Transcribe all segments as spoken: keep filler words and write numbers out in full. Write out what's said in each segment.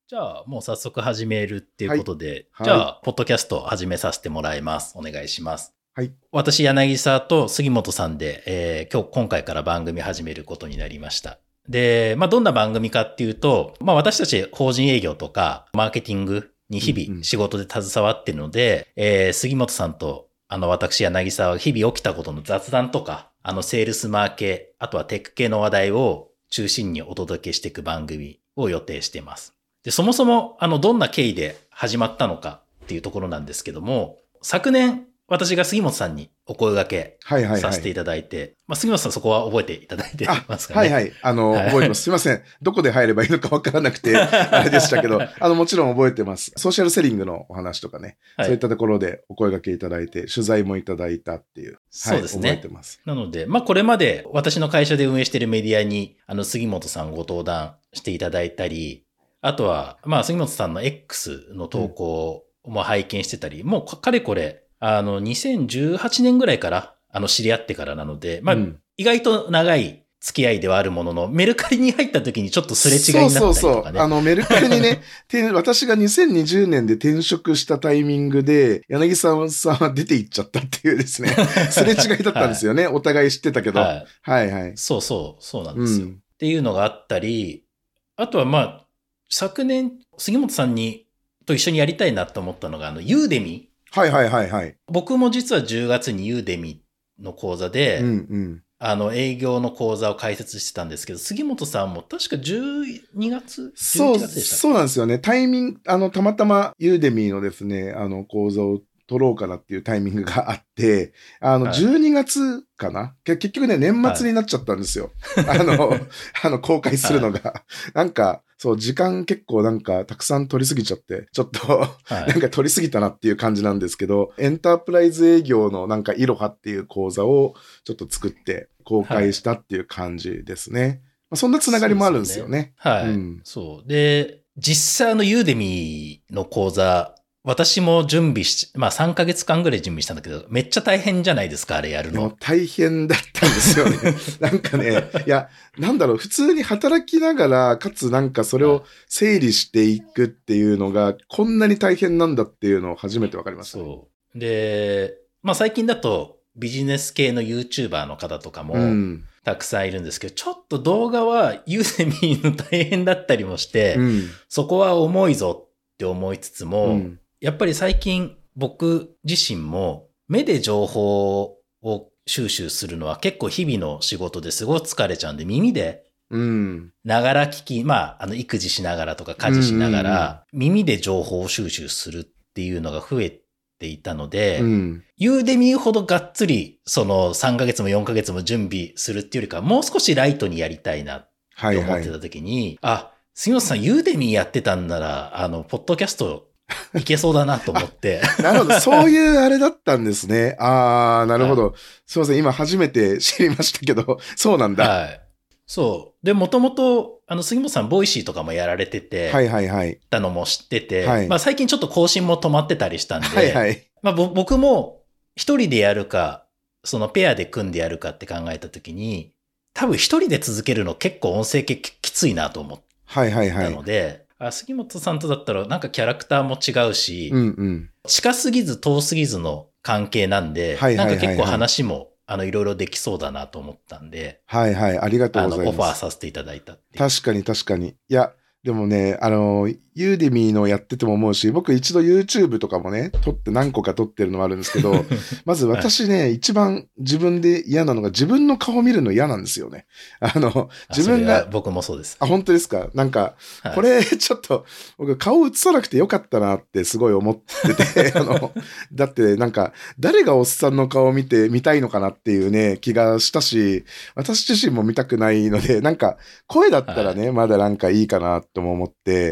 じゃあ、もう早速始めるっていうことで、 はい、 じゃあ、はい、ポッドキャスト始めさせてもらいます。お願いします。 はい。 私、柳沢と杉本さんで、えー、今日、今回から番組始めることになりました。で、まあ、どんな番組かっていうと、まあ、私たち法人営業とか、マーケティングに日々仕事で携わってるので、うんうん、えー、杉本さんと、あの、私、柳沢は日々起きたことの雑談とか、あの、セールスマーケ、あとはテック系の話題を中心にお届けしていく番組を予定しています。で、そもそも、あの、どんな経緯で始まったのかっていうところなんですけども、昨年、私が杉本さんにお声掛けさせていただいて、はいはいはい、まあ、杉本さんそこは覚えていただいてますかね。 はいはい。あの、はい、覚えてます。すいません。どこで入ればいいのかわからなくて、あれでしたけど、あの、もちろん覚えてます。ソーシャルセリングのお話とかね、はい、そういったところでお声掛けいただいて、取材もいただいたっていう。 そうですね。 はい、覚えてます。 なので、まあ、これまで私の会社で運営しているメディアに、あの、杉本さんご登壇していただいたり、あとは、まあ、杉本さんの X の投稿も拝見してたり、うん、もうかれこれ、あの、にせんじゅうはちねんぐらいから、あの、知り合ってからなので、まあ、うん、意外と長い付き合いではあるものの、メルカリに入った時にちょっとすれ違いになったりとかね。 そうそうそう。あの、メルカリにね、私がにせんにじゅうねんで転職したタイミングで、柳沢さんは出て行っちゃったっていうですね、すれ違いだったんですよね。はい、お互い知ってたけど、はい。はいはい。 そうそう、そうなんですよ。うん、っていうのがあったり、あとはまあ、昨年、杉本さんに、と一緒にやりたいなと思ったのが、あの、ユーデミ。 はいはいはいはい。 僕も実はじゅうがつにユーデミの講座で、うんうん、あの、営業の講座を開設してたんですけど、杉本さんも確かじゅうにがつ ?じゅういち 月でしたっけ？ そう、そうなんですよね。タイミング、あの、たまたまユーデミのですね、あの、講座を取ろうかなっていうタイミングがあって、あの、じゅうにがつかな、はい、結局ね、年末になっちゃったんですよ。はい、あの、あの、公開するのが。はい、なんか、そう、時間結構なんかたくさん取りすぎちゃって、ちょっと、はい、なんか取りすぎたなっていう感じなんですけど、エンタープライズ営業のなんかいろはっていう講座をちょっと作って公開したっていう感じですね。はい、まあ、そんなつながりもあるんですよね。 はい。うん、そう。で、実際のユーデミの講座、私も準備し、まあさんかげつかんぐらい準備したんだけど、めっちゃ大変じゃないですか、あれやるの。 でも大変だったんですよね。なんかね、いや、なんだろう、普通に働きながら、かつなんかそれを整理していくっていうのが、こんなに大変なんだっていうのを初めて分かりましたね。 そう。で、まあ最近だとビジネス系の YouTuber の方とかもたくさんいるんですけど、うん、ちょっと動画はユーデミの大変だったりもして、うん、そこは重いぞって思いつつも、うんやっぱり最近僕自身も目で情報を収集するのは結構日々の仕事ですごい疲れちゃうんで耳でながら聞き、まあ、あの育児しながらとか家事しながら耳で情報を収集するっていうのが増えていたので、うん、ユーデミほどがっつりそのさんかげつもよんかげつも準備するっていうよりかもう少しライトにやりたいなって思ってた時に、はいはい、あ、杉本さんユーデミやってたんならあのポッドキャストいけそうだなと思って。 なるほど。そういうあれだったんですね。ああ、なるほど。はい、すいません。今初めて知りましたけど、そうなんだ。 はい。そう。で、もともと、あの、杉本さん、ボイシーとかもやられてて、 はいはいはい。 たのも知ってて、はい、まあ最近ちょっと更新も止まってたりしたんで、 はいはい。 まあ僕も一人でやるか、そのペアで組んでやるかって考えたときに、多分一人で続けるの結構音声系きついなと思ったので、はいはいはい、あ、杉本さんとだったらなんかキャラクターも違うし、うんうん、近すぎず遠すぎずの関係なんで、はいはいはいはい、なんか結構話もあのいろいろできそうだなと思ったんで、 はいはい、ありがとうございます。 あのオファーさせていただいたっていう。 確かに確かに。いや、でもね、あの、ユーデミのやってても思うし、僕一度 YouTube とかもね、撮って何個か撮ってるのもあるんですけど、まず私ね、はい、一番自分で嫌なのが自分の顔見るの嫌なんですよね。あの、自分が。 僕もそうです。 あ、本当ですか？なんか、はい、これちょっと、僕顔映さなくてよかったなってすごい思ってて、あの、だってなんか、誰がおっさんの顔を見て、見たいのかなっていうね、気がしたし、私自身も見たくないので、なんか、声だったらね、はい、まだなんかいいかなとも思って、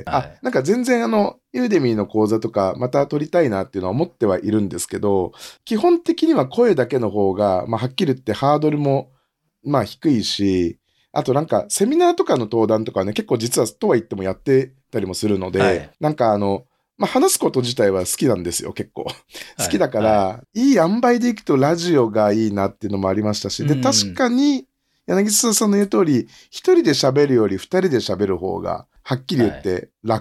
はい、あ、なんか全然あの、ユーデミーの講座とかまた撮りたいなっていうのは思ってはいるんですけど、基本的には声だけの方が、まあはっきり言ってハードルも、まあ低いし、あとなんかセミナーとかの登壇とかね、結構実はとは言ってもやってたりもするので、はい、なんかあの、まあ話すこと自体は好きなんですよ、結構。好きだから、はい、いい塩梅でいくとラジオがいいなっていうのもありましたし、で、確かに柳沢さんの言う通り、一人で喋るより二人で喋る方が、はっきり言って楽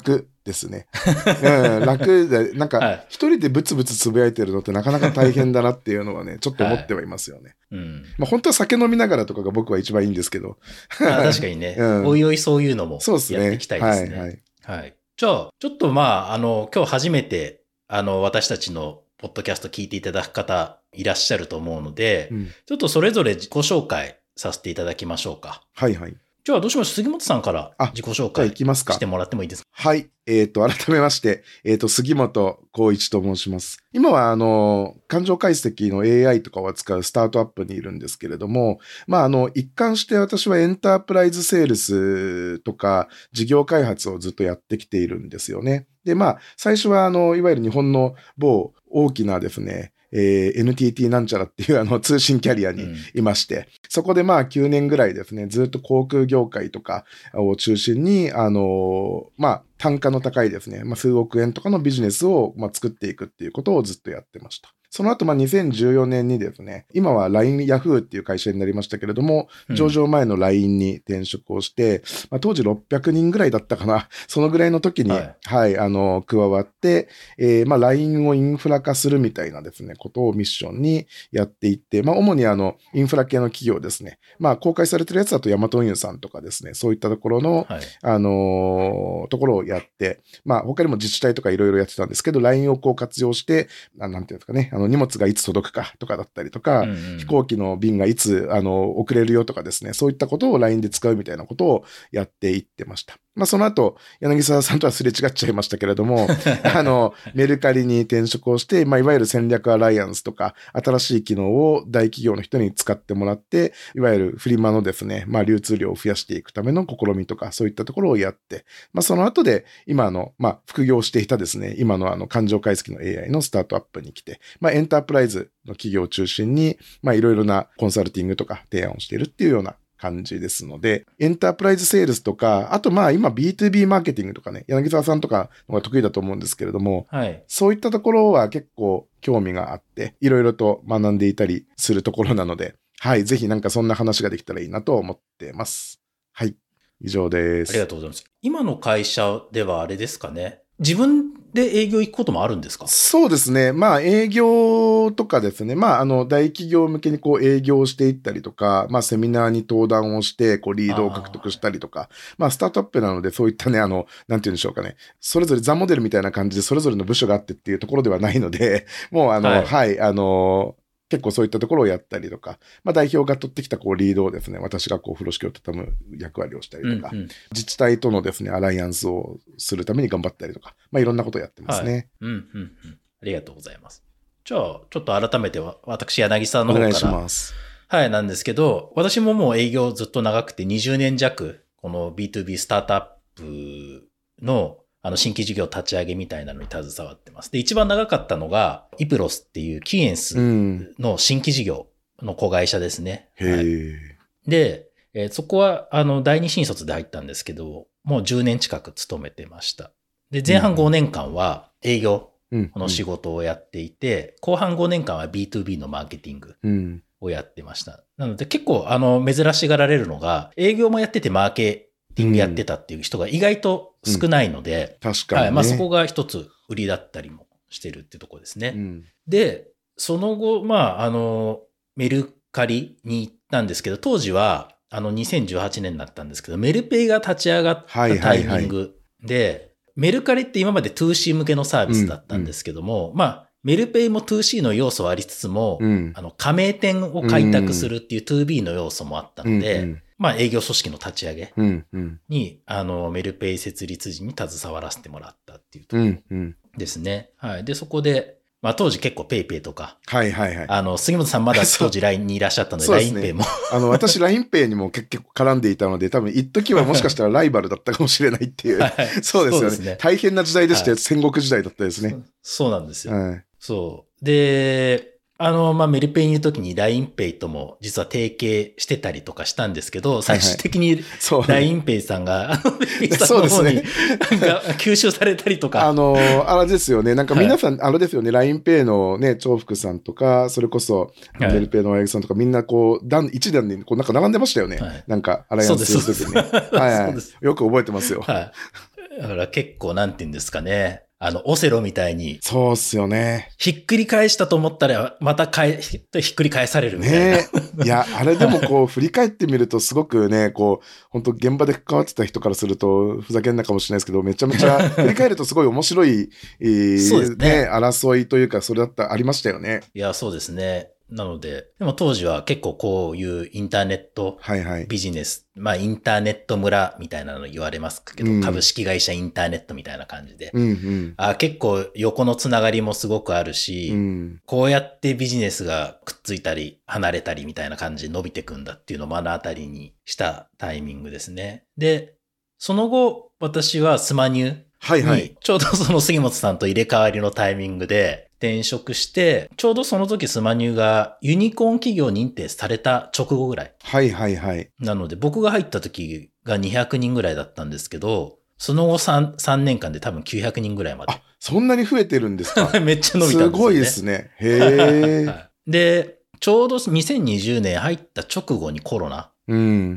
ですね。うん、楽で、なんか、一人でブツブツつぶやいてるのってなかなか大変だなっていうのはね、ちょっと思ってはいますよね。 はい、うん。 まあ本当は酒飲みながらとかが僕は一番いいんですけど。 あ確かにね、うん。おいおいそういうのもやっていきたいですね。はい、はい。はい。じゃあ、ちょっとまあ、あの、今日初めて、あの、私たちのポッドキャスト聞いていただく方いらっしゃると思うので、うん、ちょっとそれぞれ自己紹介させていただきましょうか。 はいはい。 じゃあどうしましょう。杉本さんから自己紹介してもらってもいいですか。 はい。えっ、ー、と、改めまして、えっ、ー、と、杉本浩一と申します。今は、あの、感情解析の エーアイ とかを扱うスタートアップにいるんですけれども、まあ、あの、一貫して私はエンタープライズセールスとか事業開発をずっとやってきているんですよね。で、まあ、最初は、あの、いわゆる日本の某大きなですね、えー、エヌティーティー なんちゃらっていうあの通信キャリアにいまして、うん、そこでまあきゅうねんぐらいですね、ずっと航空業界とかを中心に、あのー、まあ単価の高いですね、まあ数億円とかのビジネスをまあ作っていくっていうことをずっとやってました。その後、まあ、にせんじゅうよねんにですね、今は ライン Yahoo っていう会社になりましたけれども、うん、上場前の ライン に転職をして、まあ、当時ろっぴゃくにんぐらいだったかな、そのぐらいの時に、はい、はい、あの、加わって、えー、まあ、ライン をインフラ化するみたいなですね、ことをミッションにやっていって、まあ、主にあの、インフラ系の企業ですね、まあ、公開されてるやつだとヤマト運輸さんとかですね、そういったところの、はい、あのー、ところをやって、まあ、他にも自治体とかいろいろやってたんですけど、ライン をこう活用して、なんていうんですかね、あの荷物がいつ届くかとかだったりとか、うんうん、飛行機の便がいつあの遅れるよとかですね、そういったことを ライン で使うみたいなことをやっていってました。まあその後、柳沢さんとはすれ違っちゃいましたけれども、あの、メルカリに転職をして、まあいわゆる戦略アライアンスとか、新しい機能を大企業の人に使ってもらって、いわゆるフリマのですね、まあ流通量を増やしていくための試みとか、そういったところをやって、まあその後で、今の、まあ副業していたですね、今のあの感情解析の エーアイ のスタートアップに来て、まあエンタープライズの企業を中心に、まあいろいろなコンサルティングとか提案をしているっていうような感じですので、エンタープライズセールスとか、あとまあ今 ビーツービー マーケティングとかね、柳沢さんとかのが得意だと思うんですけれども、はい、そういったところは結構興味があって、いろいろと学んでいたりするところなので、はい、ぜひなんかそんな話ができたらいいなと思ってます。はい、以上です。 ありがとうございます。今の会社ではあれですかね、自分で営業行くこともあるんですか？ そうですね。まあ営業とかですね。まああの大企業向けにこう営業していったりとか、まあセミナーに登壇をしてこうリードを獲得したりとか、あまあスタートアップなのでそういったね、あの、なんて言うんでしょうかね。それぞれザモデルみたいな感じでそれぞれの部署があってっていうところではないので、もうあの、はい、はい、あの、結構そういったところをやったりとか、まあ代表が取ってきたこうリードをですね、私がこう風呂敷を畳む役割をしたりとか、うんうん、自治体とのですね、アライアンスをするために頑張ったりとか、まあいろんなことをやってますね。はい、 うんうんうん。ありがとうございます。じゃあ、ちょっと改めては、私、柳沢の方から。お願いします。はい、なんですけど、私ももう営業ずっと長くてにじゅうねん弱、この ビーツービー スタートアップのあの新規事業立ち上げみたいなのに携わってます。で、一番長かったのが、イプロスっていうキーエンスの新規事業の子会社ですね。 うん、はい、 で、えー、そこは、あの、第二新卒で入ったんですけど、もうじゅうねん近く勤めてました。で、前半ごねんかんは営業の仕事をやっていて、うんうん、後半ごねんかんは ビーツービー のマーケティングをやってました。うん、なので結構、あの、珍しがられるのが、営業もやっててマーケティングやってたっていう人が意外と少ないので、 うんうん、確かに、ね、 はい。まあそこが一つ売りだったりもしてるってとこですね。うん、で、その後、まあ、あの、メルカリに行ったんですけど、当時は、あの、にせんじゅうはちねんだったんですけど、メルペイが立ち上がったタイミングで、はいはいはい、メルカリって今まで ツーシー 向けのサービスだったんですけども、うんうん、まあ、メルペイも ツーシー の要素はありつつも、うん、あの、加盟店を開拓するっていう ツービー の要素もあったので、うんうん、まあ、営業組織の立ち上げに、うんうん、あの、メルペイ設立時に携わらせてもらったっていうところですね。うんうん、はい。で、そこで、まあ当時結構ペイペイとか。 はいはいはい。 あの、杉本さんまだ当時 ライン にいらっしゃったので、ラインペイも。 あの、私 ラインペイにも結構絡んでいたので、多分一時はもしかしたらライバルだったかもしれないっていう。はい、そうですよね。そうですね。大変な時代でして、はい、戦国時代だったですね。 そ, そうなんですよ。はい、そう。で、あの、まあ、メルペイにいるときに ラインペイ とも実は提携してたりとかしたんですけど、最終的に ラインペイ さんが、あの、メルペイさんの方になんか吸収されたりとか。 あの、あれですよね。なんか皆さん、はい、あれですよね。ラインペイ のね、長福さんとか、それこそ、メルペイの親木さんとか、みんなこう、段、一段にこう、なんか並んでましたよね。はい、なんか、アライアンスするときに。はいはい。よく覚えてますよ。はいだから結構なんて言うんですかね。あの、オセロみたいに。 そうっすよね。 ひっくり返したと思ったら、また返、ひっくり返されるみたいな。 ねえ。いや、あれでもこう、振り返ってみるとすごくね、こう、本当現場で関わってた人からすると、ふざけんなかもしれないですけど、めちゃめちゃ、振り返るとすごい面白い、えー、 そうですね。 ね、争いというか、それだった、ありましたよね。 いや、そうですね。なので、でも当時は結構こういうインターネットビジネス、はいはい、まあインターネット村みたいなの言われますけど、うん、株式会社インターネットみたいな感じで、 うんうん、 あ結構横のつながりもすごくあるし、うん、こうやってビジネスがくっついたり離れたりみたいな感じで伸びていくんだっていうのを目の当たりにしたタイミングですね。で、その後私はスマニュにちょうどその杉本さんと入れ替わりのタイミングで転職して、ちょうどその時スマニュがユニコーン企業認定された直後ぐらい。 はいはいはい。 なので僕が入った時がにひゃくにんぐらいだったんですけど、その後 3, 3年間で多分きゅうひゃくにんぐらいまで。 あ、そんなに増えてるんですか？ めっちゃ伸びたんですよね。 すごいですね。へー。 で、ちょうどにせんにじゅうねん入った直後にコロナ。 うん。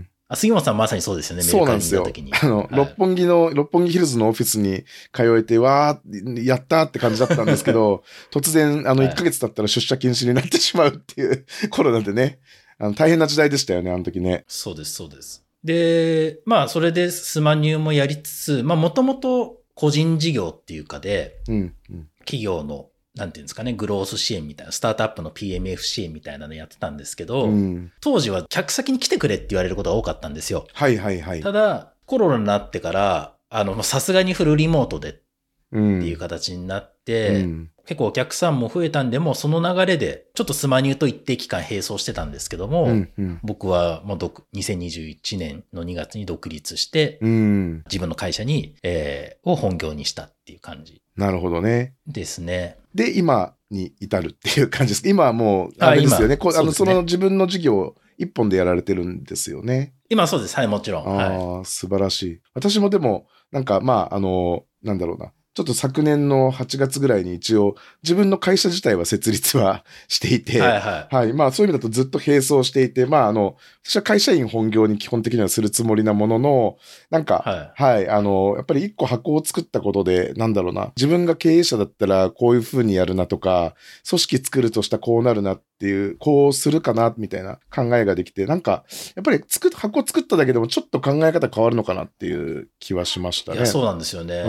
あ、杉本さんまさにそうですよね。 そうなんですよ。あの、はい、六本木の、六本木ヒルズのオフィスに通えて、わー、やったーって感じだったんですけど、突然、あの、いっかげつ経ったら出社禁止になってしまうっていうコロナでね、あの大変な時代でしたよね、あの時ね。 そうです、そうです。で、まあ、それでスマニューもやりつつ、まあ、もともと個人事業っていうかで、 うんうん、 企業の、なんていうんですかね、グロース支援みたいな、スタートアップの ピーエムエフ 支援みたいなのやってたんですけど、うん、当時は客先に来てくれって言われることが多かったんですよ。 はいはいはい。 ただ、コロナになってから、あの、さすがにフルリモートでっていう形になって、うん、結構お客さんも増えたんで、もうその流れで、ちょっとスマニューと一定期間並走してたんですけども、うんうん、僕はもうにせんにじゅういちねんのにがつに独立して、うん、自分の会社に、えー、を本業にしたっていう感じ。 なるほどね。 ですね。 で、今に至るっていう感じです。今はもう、あれですよね。ああの、その自分の事業一本でやられてるんですよね。 今そうです。はい、もちろん。 ああ、はい、素晴らしい。私もでも、なんか、まあ、あの、なんだろうな。ちょっと昨年のはちがつぐらいに一応自分の会社自体は設立はしていて、 はいはい。 はい。まあそういう意味だとずっと並走していて、まああの、私は会社員本業に基本的にはするつもりなものの、なんか、はい、はい。あの、やっぱり一個箱を作ったことで、なんだろうな、自分が経営者だったらこういう風にやるなとか、組織作るとしたらこうなるなっていう、こうするかな、みたいな考えができて、なんか、やっぱり作っ、箱を作っただけでもちょっと考え方変わるのかなっていう気はしましたね。 いや、そうなんですよね。 うん。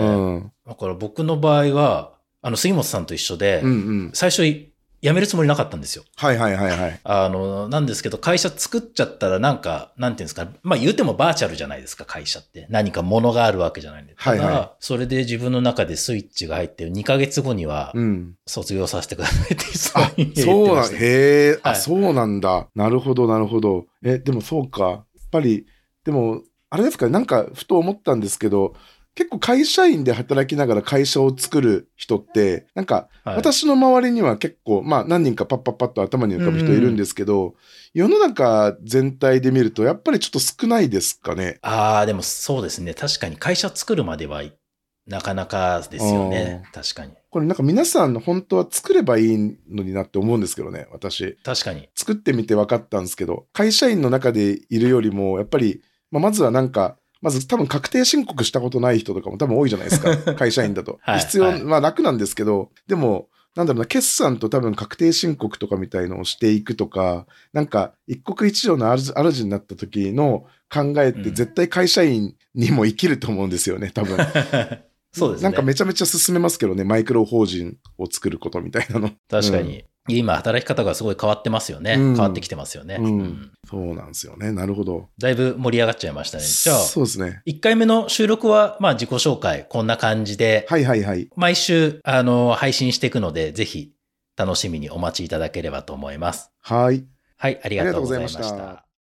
だから僕の場合は、あの、杉本さんと一緒で、うんうん、最初辞めるつもりなかったんですよ。 はいはいはいはい。 あの、なんですけど、会社作っちゃったらなんか、なんていうんですか、まあ言うてもバーチャルじゃないですか、会社って。何か物があるわけじゃないんで。ただ、はいはい、それで自分の中でスイッチが入ってにかげつごには、卒業させてくださいって、 そういう、そうなん、へえ、はい、あ、そうなんだ。なるほど、なるほど。え、でもそうか。やっぱり、でも、あれですか、なんか、ふと思ったんですけど、結構会社員で働きながら会社を作る人って、なんか、私の周りには結構、まあ何人かパッパッパッと頭に浮かぶ人いるんですけど、うん、世の中全体で見るとやっぱりちょっと少ないですかね。 ああ、でもそうですね。確かに会社作るまではなかなかですよね。確かに。 これなんか皆さん本当は作ればいいのになって思うんですけどね、私。 確かに。 作ってみて分かったんですけど、会社員の中でいるよりも、やっぱり、まあ、まずはなんか、まず多分確定申告したことない人とかも多分多いじゃないですか。会社員だと。はい、必要、はい、まあ楽なんですけど、でも、なんだろうな、決算と多分確定申告とかみたいのをしていくとか、なんか一国一城の主になった時の考えって絶対会社員にも生きると思うんですよね、多分。 そうですね。 なんかめちゃめちゃ進めますけどね、マイクロ法人を作ることみたいなの。 確かに。うん、今働き方がすごい変わってますよね。うん、変わってきてますよね、 うんうん。そうなんですよね。なるほど。 だいぶ盛り上がっちゃいましたね。じゃあ、 そうですね。 いっかいめの収録は、まあ自己紹介、こんな感じで、 はいはいはい。 毎週、あの、配信していくので、ぜひ楽しみにお待ちいただければと思います。 はい。 はい、ありがとうございました。